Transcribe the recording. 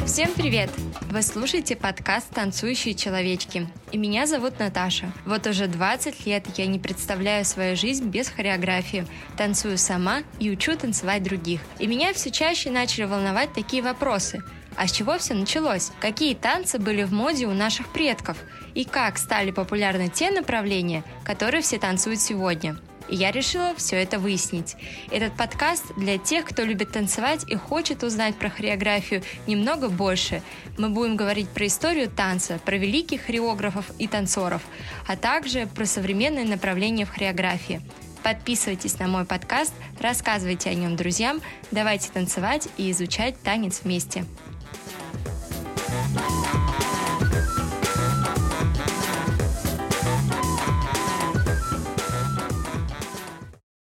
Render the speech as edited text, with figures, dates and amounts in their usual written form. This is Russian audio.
Всем привет! Вы слушаете подкаст «Танцующие человечки». И меня зовут Наташа. Вот уже 20 лет я не представляю свою жизнь без хореографии. Танцую сама и учу танцевать других. И меня все чаще начали волновать такие вопросы. А с чего все началось? Какие танцы были в моде у наших предков? И как стали популярны те направления, которые все танцуют сегодня? И я решила все это выяснить. Этот подкаст для тех, кто любит танцевать и хочет узнать про хореографию немного больше. Мы будем говорить про историю танца, про великих хореографов и танцоров, а также про современные направления в хореографии. Подписывайтесь на мой подкаст, рассказывайте о нем друзьям, давайте танцевать и изучать танец вместе.